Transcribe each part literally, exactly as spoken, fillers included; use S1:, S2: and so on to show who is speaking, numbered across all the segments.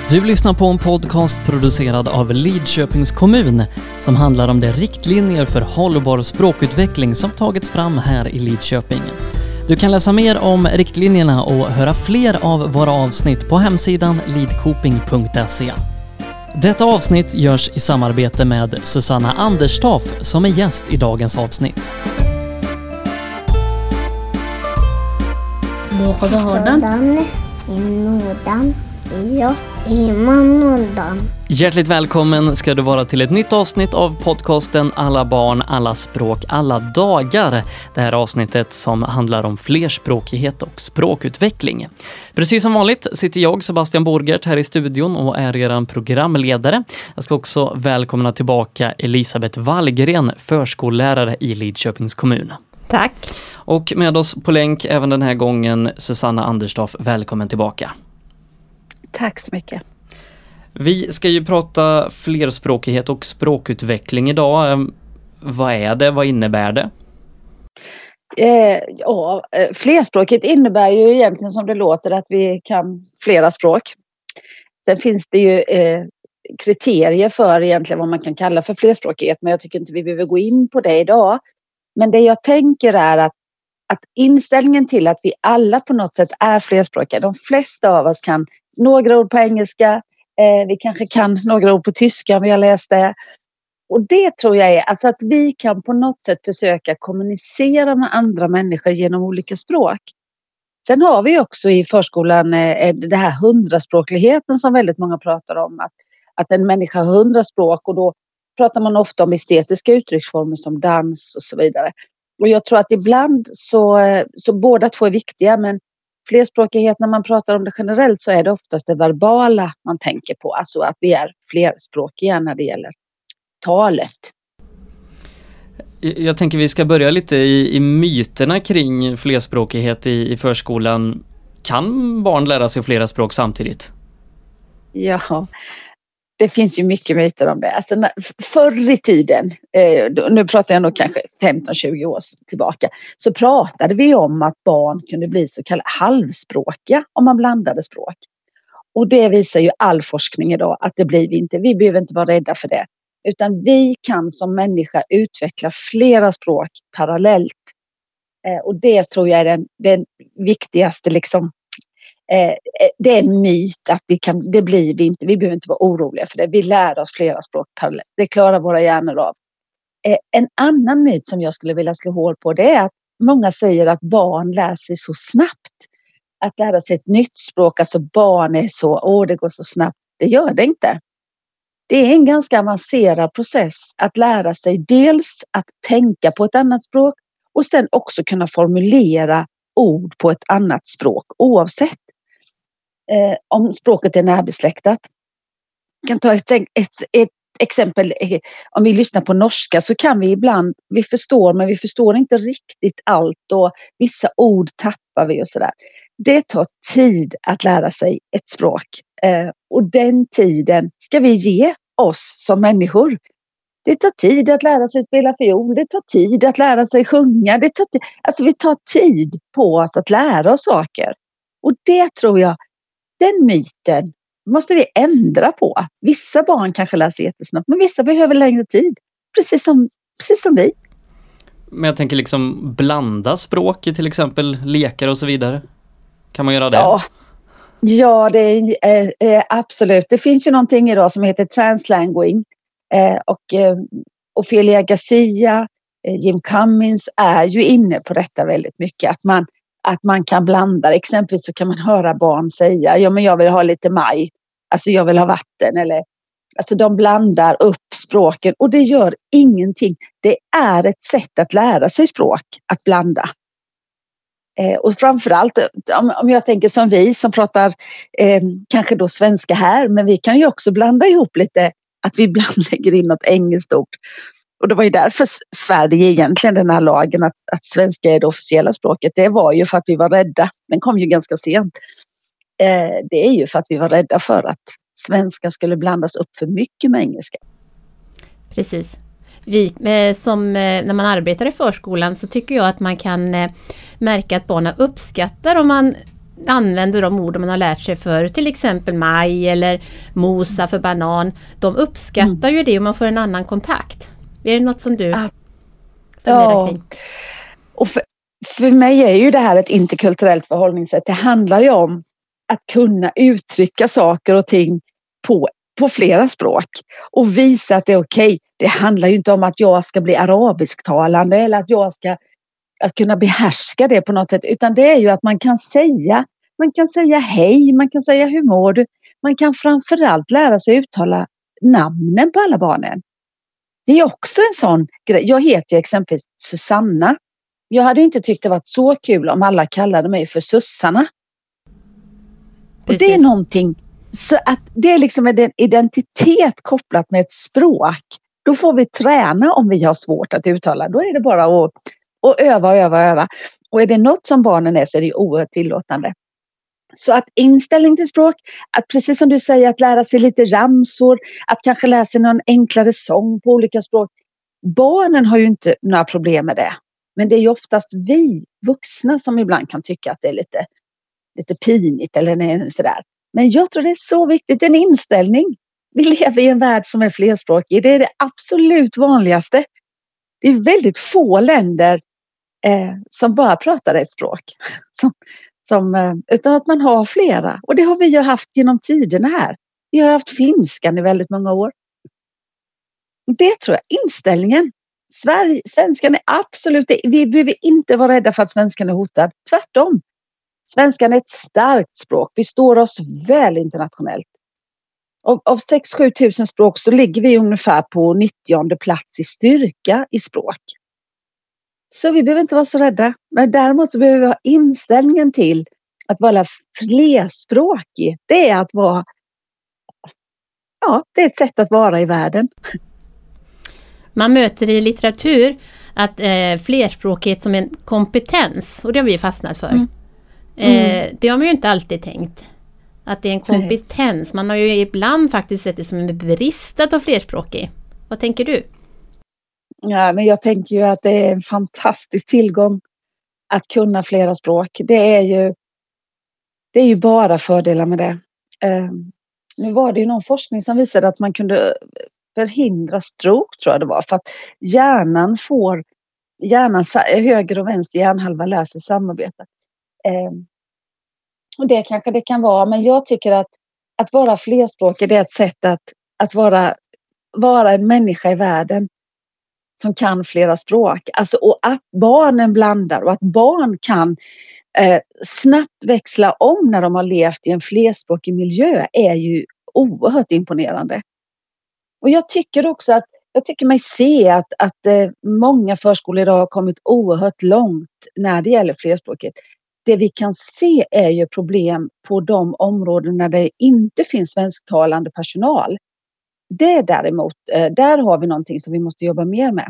S1: Du lyssnar på en podcast producerad av Lidköpings kommun som handlar om de riktlinjer för hållbar språkutveckling som tagits fram här i Lidköping. Du kan läsa mer om riktlinjerna och höra fler av våra avsnitt på hemsidan lidkoping punkt se. Detta avsnitt görs i samarbete med Susanna Anderstaff som är gäst i dagens avsnitt.
S2: Lådan, lådan, ja, lådan.
S1: Hjärtligt välkommen ska du vara till ett nytt avsnitt av podcasten Alla barn, alla språk, alla dagar. Det här avsnittet som handlar om flerspråkighet och språkutveckling. Precis som vanligt sitter jag, Sebastian Borgert, här i studion och är er programledare. Jag ska också välkomna tillbaka Elisabeth Wallgren, förskollärare i Lidköpings kommun.
S3: Tack.
S1: Och med oss på länk även den här gången Susanna Anderstaff. Välkommen tillbaka.
S3: Tack så mycket.
S1: Vi ska ju prata flerspråkighet och språkutveckling idag. Vad är det? Vad innebär det?
S3: Eh, ja, flerspråkigt innebär ju egentligen som det låter att vi kan flera språk. Sen finns det ju eh, kriterier för egentligen vad man kan kalla för flerspråkighet, men jag tycker inte vi behöver gå in på det idag. Men det jag tänker är att, att inställningen till att vi alla på något sätt är flerspråkiga. De flesta av oss kan några ord på engelska. Eh, vi kanske kan några ord på tyska om vi har läst det. Och det tror jag är alltså att vi kan på något sätt försöka kommunicera med andra människor genom olika språk. Sen har vi också i förskolan eh, det här hundraspråkligheten som väldigt många pratar om. Att, att en människa har hundra språk, och då pratar man ofta om estetiska uttrycksformer som dans och så vidare. Och jag tror att ibland så, så båda två är viktiga, men flerspråkighet när man pratar om det generellt så är det oftast det verbala man tänker på. Alltså att vi är flerspråkiga när det gäller talet.
S1: Jag tänker vi ska börja lite i, i myterna kring flerspråkighet i, i förskolan. Kan barn lära sig flera språk samtidigt?
S3: Ja, det finns ju mycket myter om det. Alltså när, förr i tiden, eh, nu pratar jag nog kanske femton tjugo år tillbaka, så pratade vi om att barn kunde bli så kallade halvspråkiga om man blandade språk. Och det visar ju all forskning idag att det blir vi inte. Vi behöver inte vara rädda för det. Utan vi kan som människa utveckla flera språk parallellt. Eh, och det tror jag är den, den viktigaste liksom. Eh, det är en myt att vi kan, det blir vi inte, vi behöver inte vara oroliga för det. Vi lär oss flera språk parallellt. Det klarar våra hjärnor av. Eh, en annan myt som jag skulle vilja slå hål på, det är att många säger att barn lär sig så snabbt. Att lära sig ett nytt språk, alltså barn är så, åh det går så snabbt. Det gör det inte. Det är en ganska avancerad process att lära sig dels att tänka på ett annat språk och sen också kunna formulera ord på ett annat språk oavsett eh, om språket är närbesläktat. Jag kan ta ett, ett, ett exempel. Om vi lyssnar på norska så kan vi ibland, vi förstår men vi förstår inte riktigt allt och vissa ord tappar vi och sådär. Det tar tid att lära sig ett språk eh, och den tiden ska vi ge oss som människor. Det tar tid att lära sig spela fiol, det tar tid att lära sig sjunga, det tar t- alltså vi tar tid på oss att lära oss saker. Och det tror jag, den myten måste vi ändra på. Vissa barn kanske lär sig jättesnabbt, men vissa behöver längre tid, precis som, precis som vi.
S1: Men jag tänker liksom blanda språk i till exempel lekar och så vidare. Kan man göra det?
S3: Ja, ja det är, är, är absolut. Det finns ju någonting idag som heter translanguing. Eh, och eh, Ophelia Garcia, eh, Jim Cummins är ju inne på detta väldigt mycket. Att man, att man kan blanda. Exempelvis så kan man höra barn säga, ja men jag vill ha lite maj. Alltså jag vill ha vatten. Eller, alltså de blandar upp språken och det gör ingenting. Det är ett sätt att lära sig språk, att blanda. Eh, och framförallt om, om jag tänker som vi som pratar eh, kanske då svenska här, men vi kan ju också blanda ihop lite, att vi ibland lägger in något engelskt ord. Och det var ju därför Sverige egentligen, den här lagen att, att svenska är det officiella språket, det var ju för att vi var rädda. Den kom ju ganska sent. Eh, det är ju för att vi var rädda för att svenska skulle blandas upp för mycket med engelska.
S2: Precis. Vi, eh, som, eh, när man arbetar i förskolan så tycker jag att man kan eh, märka att barnen uppskattar om man använder de ord man har lärt sig för, till exempel maj eller mosa för banan. De uppskattar mm. ju det om man får en annan kontakt. Är det något som du
S3: ah.
S2: funderar
S3: ja.
S2: kring?
S3: Och för, för mig är ju det här ett interkulturellt förhållningssätt. Det handlar ju om att kunna uttrycka saker och ting på, på flera språk och visa att det är okej. Det handlar ju inte om att jag ska bli arabisktalande eller att jag ska att kunna behärska det på något sätt, utan det är ju att man kan säga man kan säga hej, man kan säga hur mår du, man kan framförallt lära sig uttala namnen på alla barnen. Det är också en sån grej. Jag heter ju exempelvis Susanna. Jag hade inte tyckt det varit så kul om alla kallade mig för Susanna. Och det är någonting, så att det är liksom en identitet kopplat med ett språk. Då får vi träna om vi har svårt att uttala. Då är det bara att, att öva och öva och öva. Och är det något som barnen är så är det oerhört tillåtande. Så att inställning till språk, att precis som du säger att lära sig lite ramsor, att kanske lära sig någon enklare sång på olika språk. Barnen har ju inte några problem med det. Men det är ju oftast vi vuxna som ibland kan tycka att det är lite, lite pinigt eller sådär. Men jag tror det är så viktigt, en inställning. Vi lever i en värld som är flerspråkig. Det är det absolut vanligaste. Det är väldigt få länder eh, som bara pratar ett språk. Som, som, eh, utan att man har flera. Och det har vi ju haft genom tiderna här. Vi har haft finskan i väldigt många år. Det tror jag, inställningen. Sverige, svenskan är absolut, vi behöver inte vara rädda för att svenskan är hotad. Tvärtom. Svenskan är ett starkt språk. Vi står oss väl internationellt. Av, av sex till sju tusen språk så ligger vi ungefär på nittionde plats i styrka i språk. Så vi behöver inte vara så rädda. Men däremot så behöver vi ha inställningen till att vara flerspråkig. Det är att vara, ja, det är ett sätt att vara i världen.
S2: Man möter i litteratur att eh, flerspråkighet som en kompetens, och det har vi ju fastnat för. Mm. Eh, det har man ju inte alltid tänkt. Att det är en kompetens. Man har ju ibland faktiskt sett det som en brist att ha flerspråkig. Vad tänker du?
S3: Ja, men jag tänker ju att det är en fantastisk tillgång att kunna flera språk. Det är ju, det är ju bara fördelar med det. Eh, nu var det ju någon forskning som visade att man kunde förhindra stroke, tror jag det var, för att hjärnan får hjärnan, höger och vänster hjärnhalva lär sig samarbeta. Eh, och det kanske det kan vara, men jag tycker att att vara flerspråkig är ett sätt att, att vara, vara en människa i världen som kan flera språk. Alltså, och att barnen blandar och att barn kan eh, snabbt växla om när de har levt i en flerspråkig miljö är ju oerhört imponerande. Och jag tycker också att jag tycker mig se att, att eh, många förskolor idag har kommit oerhört långt när det gäller flerspråkighet. Det vi kan se är ju problem på de områden där det inte finns svensktalande personal. Det däremot, eh, där har vi någonting som vi måste jobba mer med.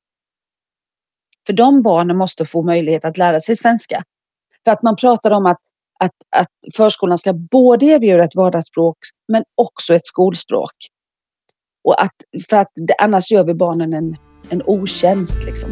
S3: För de barnen måste få möjlighet att lära sig svenska. För att man pratar om att, att, att förskolan ska både erbjuda ett vardagsspråk men också ett skolspråk. Och att, för att annars gör vi barnen en, en otjänst liksom.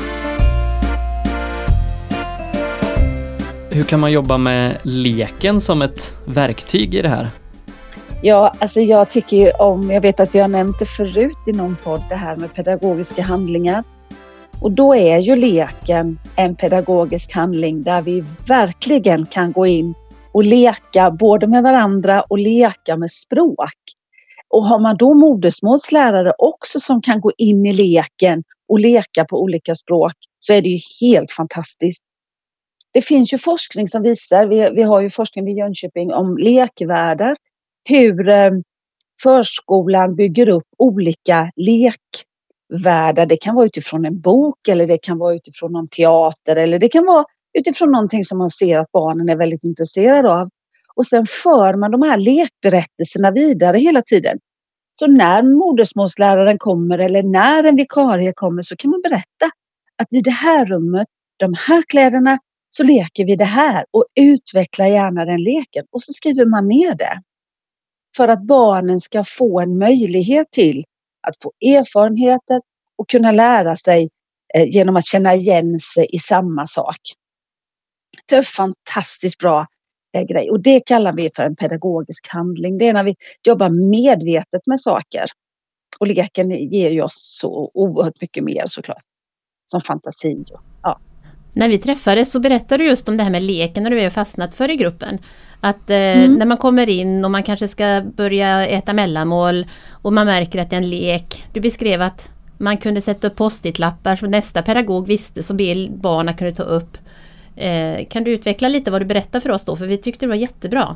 S1: Hur kan man jobba med leken som ett verktyg i det här?
S3: Ja, alltså jag tycker ju om, jag vet att vi har nämnt det förut i någon podd, det här med pedagogiska handlingar. Och då är ju leken en pedagogisk handling där vi verkligen kan gå in och leka både med varandra och leka med språk. Och har man då modersmålslärare också som kan gå in i leken och leka på olika språk så är det ju helt fantastiskt. Det finns ju forskning som visar, vi, vi har ju forskning vid Jönköping om lekvärldar, hur eh, förskolan bygger upp olika lekvärldar. Det kan vara utifrån en bok eller det kan vara utifrån någon teater eller det kan vara utifrån någonting som man ser att barnen är väldigt intresserade av. Och sen för man de här lekberättelserna vidare hela tiden. Så när modersmålsläraren kommer eller när en vikarie kommer så kan man berätta att i det här rummet, de här kläderna, så leker vi det här och utvecklar gärna den leken. Och så skriver man ner det. För att barnen ska få en möjlighet till att få erfarenheter och kunna lära sig eh, genom att känna igen sig i samma sak. Det är fantastiskt bra eh, grej. Och det kallar vi för en pedagogisk handling. Det är när vi jobbar medvetet med saker. Och leken ger ju oss så oerhört mycket mer såklart. Som fantasi. Ja.
S2: När vi träffades så berättade du just om det här med leken när du är fastnat för i gruppen. Att eh,
S3: Mm.
S2: när man kommer in och man kanske ska börja äta mellanmål och man märker att det är en lek. Du beskrev att man kunde sätta upp post-it-lappar så nästa pedagog visste så barnen kunde ta upp. Eh, kan du utveckla lite vad du berättar för oss då? För vi tyckte det var jättebra.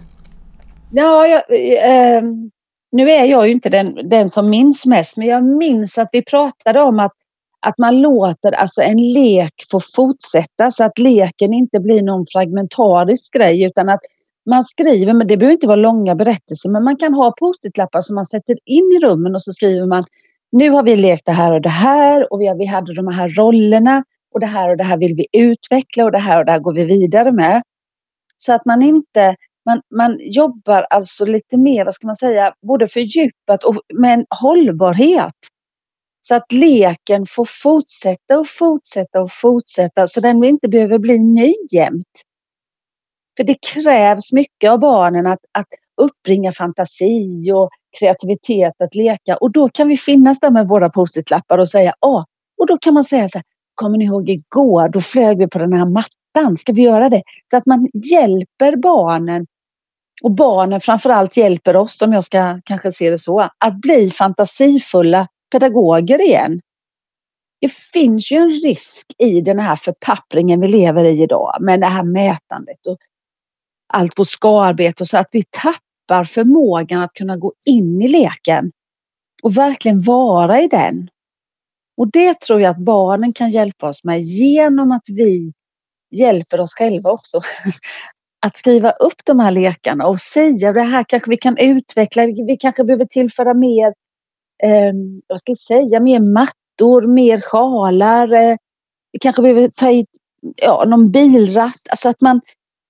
S3: Ja, jag, eh, nu är jag ju inte den, den som minns mest, men jag minns att vi pratade om att, att man låter alltså en lek få fortsätta så att leken inte blir någon fragmentarisk grej utan att man skriver, men det behöver inte vara långa berättelser, men man kan ha post-it-lappar som man sätter in i rummen och så skriver man nu har vi lekt det här och det här och vi, har, vi hade de här rollerna och det här och det här vill vi utveckla och det här och det här går vi vidare med. Så att man inte, man, man jobbar alltså lite mer, vad ska man säga, både fördjupat och med en hållbarhet. Så att leken får fortsätta och fortsätta och fortsätta så den inte behöver bli ny jämt. För det krävs mycket av barnen att, att uppbringa fantasi och kreativitet att leka. Och då kan vi finnas där med våra post-it-lappar och säga ja. Och då kan man säga så här, kommer ni ihåg igår? Då flög vi på den här mattan. Ska vi göra det? Så att man hjälper barnen. Och barnen framförallt hjälper oss, om jag ska kanske se det så, att bli fantasifulla pedagoger igen. Det finns ju en risk i den här förpappringen vi lever i idag med det här mätandet och allt vårt skalarbete och så att vi tappar förmågan att kunna gå in i leken och verkligen vara i den. Och det tror jag att barnen kan hjälpa oss med genom att vi hjälper oss själva också. Att skriva upp de här lekarna och säga det här kanske vi kan utveckla, vi kanske behöver tillföra mer, eh, vad ska jag säga, mer mattor, mer sjalar, eh, vi kanske behöver ta hit ja, någon bilratt, alltså att man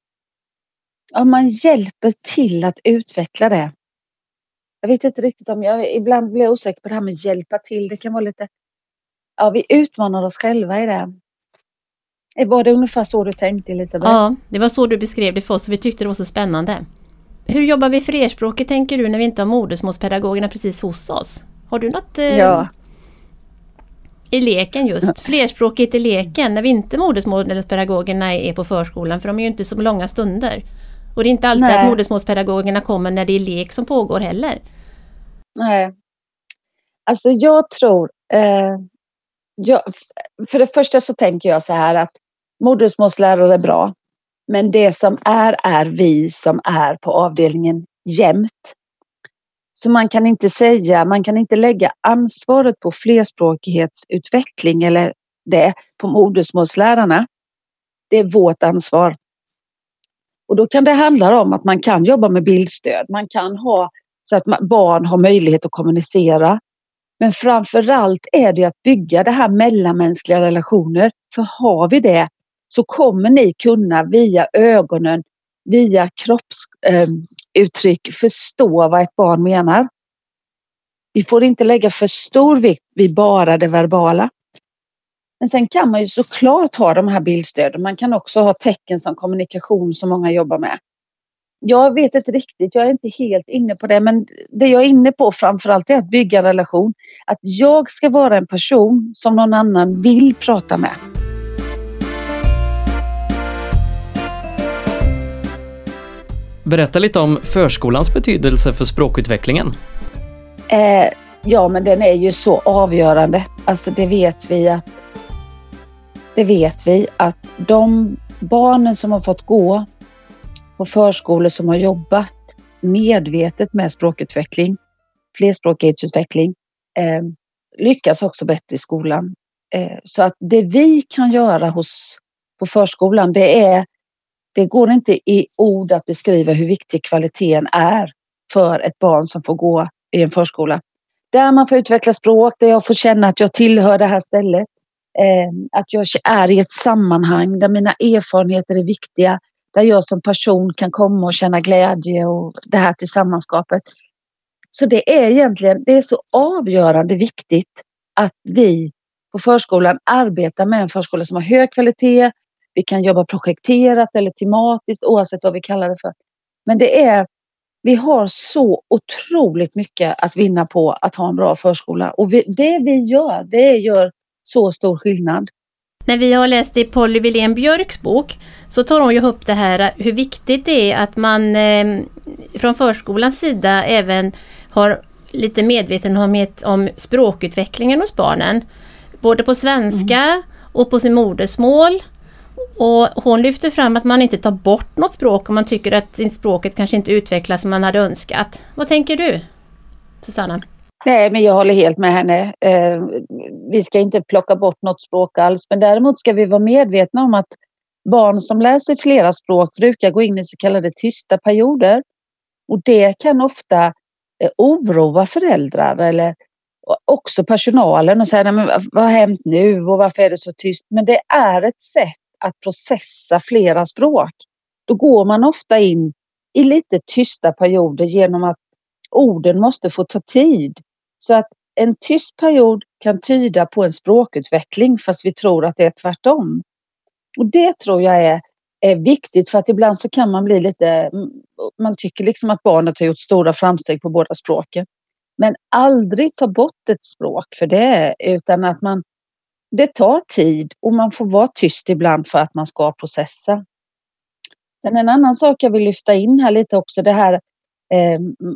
S3: Ja, man hjälper till att utveckla det. Jag vet inte riktigt om jag ibland blir osäker på det här med hjälpa till. Det kan vara lite, ja vi utmanar oss själva i det. Var det ungefär så du tänkte, Elisabeth?
S2: Ja, det var så du beskrev det för oss och vi tyckte det var så spännande. Hur jobbar vi flerspråkigt tänker du när vi inte har modersmålspedagogerna precis hos oss? Har du något eh,
S3: ja.
S2: i leken just? Flerspråkigt i leken när vi inte modersmålspedagogerna är på förskolan för de är ju inte så långa stunder. Och det är inte alltid Nej. Att modersmålspedagogerna kommer när det är lek som pågår heller.
S3: Nej. Alltså jag tror... Eh, jag, för det första så tänker jag så här att modersmålslärare är bra. Men det som är, är vi som är på avdelningen jämt. Så man kan inte säga, man kan inte lägga ansvaret på flerspråkighetsutveckling eller det på modersmålslärarna. Det är vårt ansvar. Och då kan det handla om att man kan jobba med bildstöd. Man kan ha så att barn har möjlighet att kommunicera. Men framförallt är det att bygga det här mellanmänskliga relationer. För har vi det så kommer ni kunna via ögonen, via kroppsuttryck eh, förstå vad ett barn menar. Vi får inte lägga för stor vikt vid bara det verbala. Men sen kan man ju såklart ha de här bildstöden. Man kan också ha tecken som kommunikation som många jobbar med. Jag vet inte riktigt, jag är inte helt inne på det. Men det jag är inne på framförallt är att bygga en relation. Att jag ska vara en person som någon annan vill prata med.
S1: Berätta lite om förskolans betydelse för språkutvecklingen.
S3: Eh, ja, men den är ju så avgörande. Alltså det vet vi att Det vet vi att de barnen som har fått gå på förskolor som har jobbat medvetet med språkutveckling, flerspråkighetsutveckling, eh, lyckas också bättre i skolan. Eh, så att det vi kan göra hos, på förskolan, det är, det går inte i ord att beskriva hur viktig kvaliteten är för ett barn som får gå i en förskola. Där man får utveckla språk, där jag får känna att jag tillhör det här stället. Att jag är i ett sammanhang där mina erfarenheter är viktiga. Där jag som person kan komma och känna glädje och det här tillsammanskapet. Så det är egentligen, det är så avgörande viktigt att vi på förskolan arbetar med en förskola som har hög kvalitet. Vi kan jobba projekterat eller tematiskt, oavsett vad vi kallar det för. Men det är, vi har så otroligt mycket att vinna på att ha en bra förskola. Och vi, det vi gör, det gör så stor skillnad.
S2: När vi har läst i Polly Wilén Björks bok så tar hon ju upp det här hur viktigt det är att man eh, från förskolans sida även har lite medvetenhet om språkutvecklingen hos barnen. Både på svenska mm. och på sin modersmål. Och hon lyfter fram att man inte tar bort något språk om man tycker att sin språket kanske inte utvecklas som man hade önskat. Vad tänker du, Susanna?
S3: Nej, men jag håller helt med henne. Eh, vi ska inte plocka bort något språk alls. Men däremot ska vi vara medvetna om att barn som läser flera språk brukar gå in i så kallade tysta perioder. Och det kan ofta eh, oroa föräldrar eller också personalen och säga, nej, men vad har hänt nu och varför är det så tyst? Men det är ett sätt att processa flera språk. Då går man ofta in i lite tysta perioder genom att orden måste få ta tid. Så att en tyst period kan tyda på en språkutveckling fast vi tror att det är tvärtom. Och det tror jag är, är viktigt, för att ibland så kan man bli lite, man tycker liksom att barnet har gjort stora framsteg på båda språken. Men aldrig ta bort ett språk för det, utan att man, det tar tid och man får vara tyst ibland för att man ska processa. Sen en annan sak jag vill lyfta in här lite också, det här eh,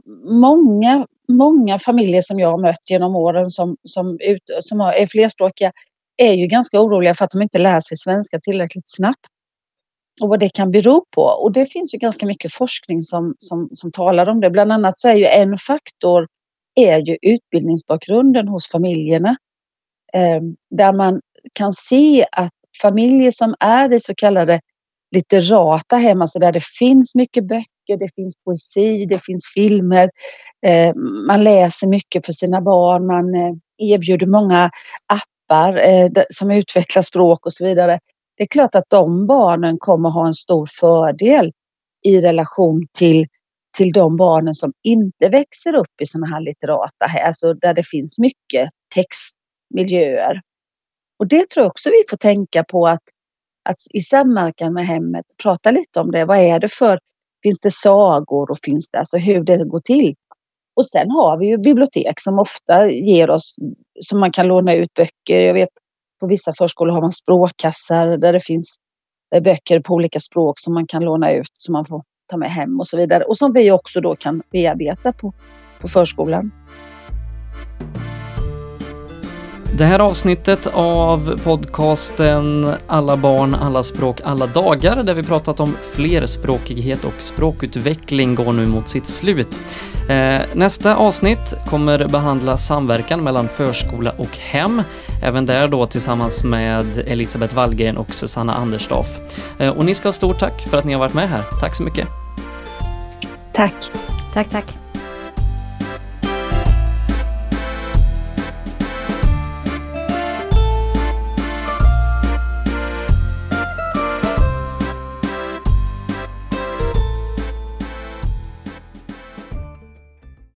S3: många, många familjer som jag har mött genom åren som, som, ut, som är flerspråkiga är ju ganska oroliga för att de inte lär sig svenska tillräckligt snabbt. Och vad det kan bero på. Och det finns ju ganska mycket forskning som, som, som talar om det. Bland annat så är ju en faktor är ju utbildningsbakgrunden hos familjerna. Eh, där man kan se att familjer som är i så kallade litterata hem, alltså där det finns mycket böcker, det finns poesi, det finns filmer, eh, man läser mycket för sina barn, man eh, erbjuder många appar eh, som utvecklar språk och så vidare. Det är klart att de barnen kommer ha en stor fördel i relation till, till de barnen som inte växer upp i sådana här litterata, alltså där det finns mycket textmiljöer. Och det tror jag också vi får tänka på, att, att i samverkan med hemmet prata lite om det. Vad är det för, finns det sagor och finns det, alltså hur det går till. Och sen har vi ju bibliotek som ofta ger oss, som man kan låna ut böcker. Jag vet på vissa förskolor har man språkkassar där det finns böcker på olika språk som man kan låna ut, som man får ta med hem och så vidare. Och som vi också då kan bearbeta på, på förskolan.
S1: Det här avsnittet av podcasten Alla barn, alla språk, alla dagar, där vi pratat om flerspråkighet och språkutveckling, går nu mot sitt slut. Eh, nästa avsnitt kommer behandla samverkan mellan förskola och hem. Även där då tillsammans med Elisabeth Wallgren och Susanna Anderstorff. Eh, och ni ska ha stort tack för att ni har varit med här. Tack så mycket.
S3: Tack.
S2: Tack, tack.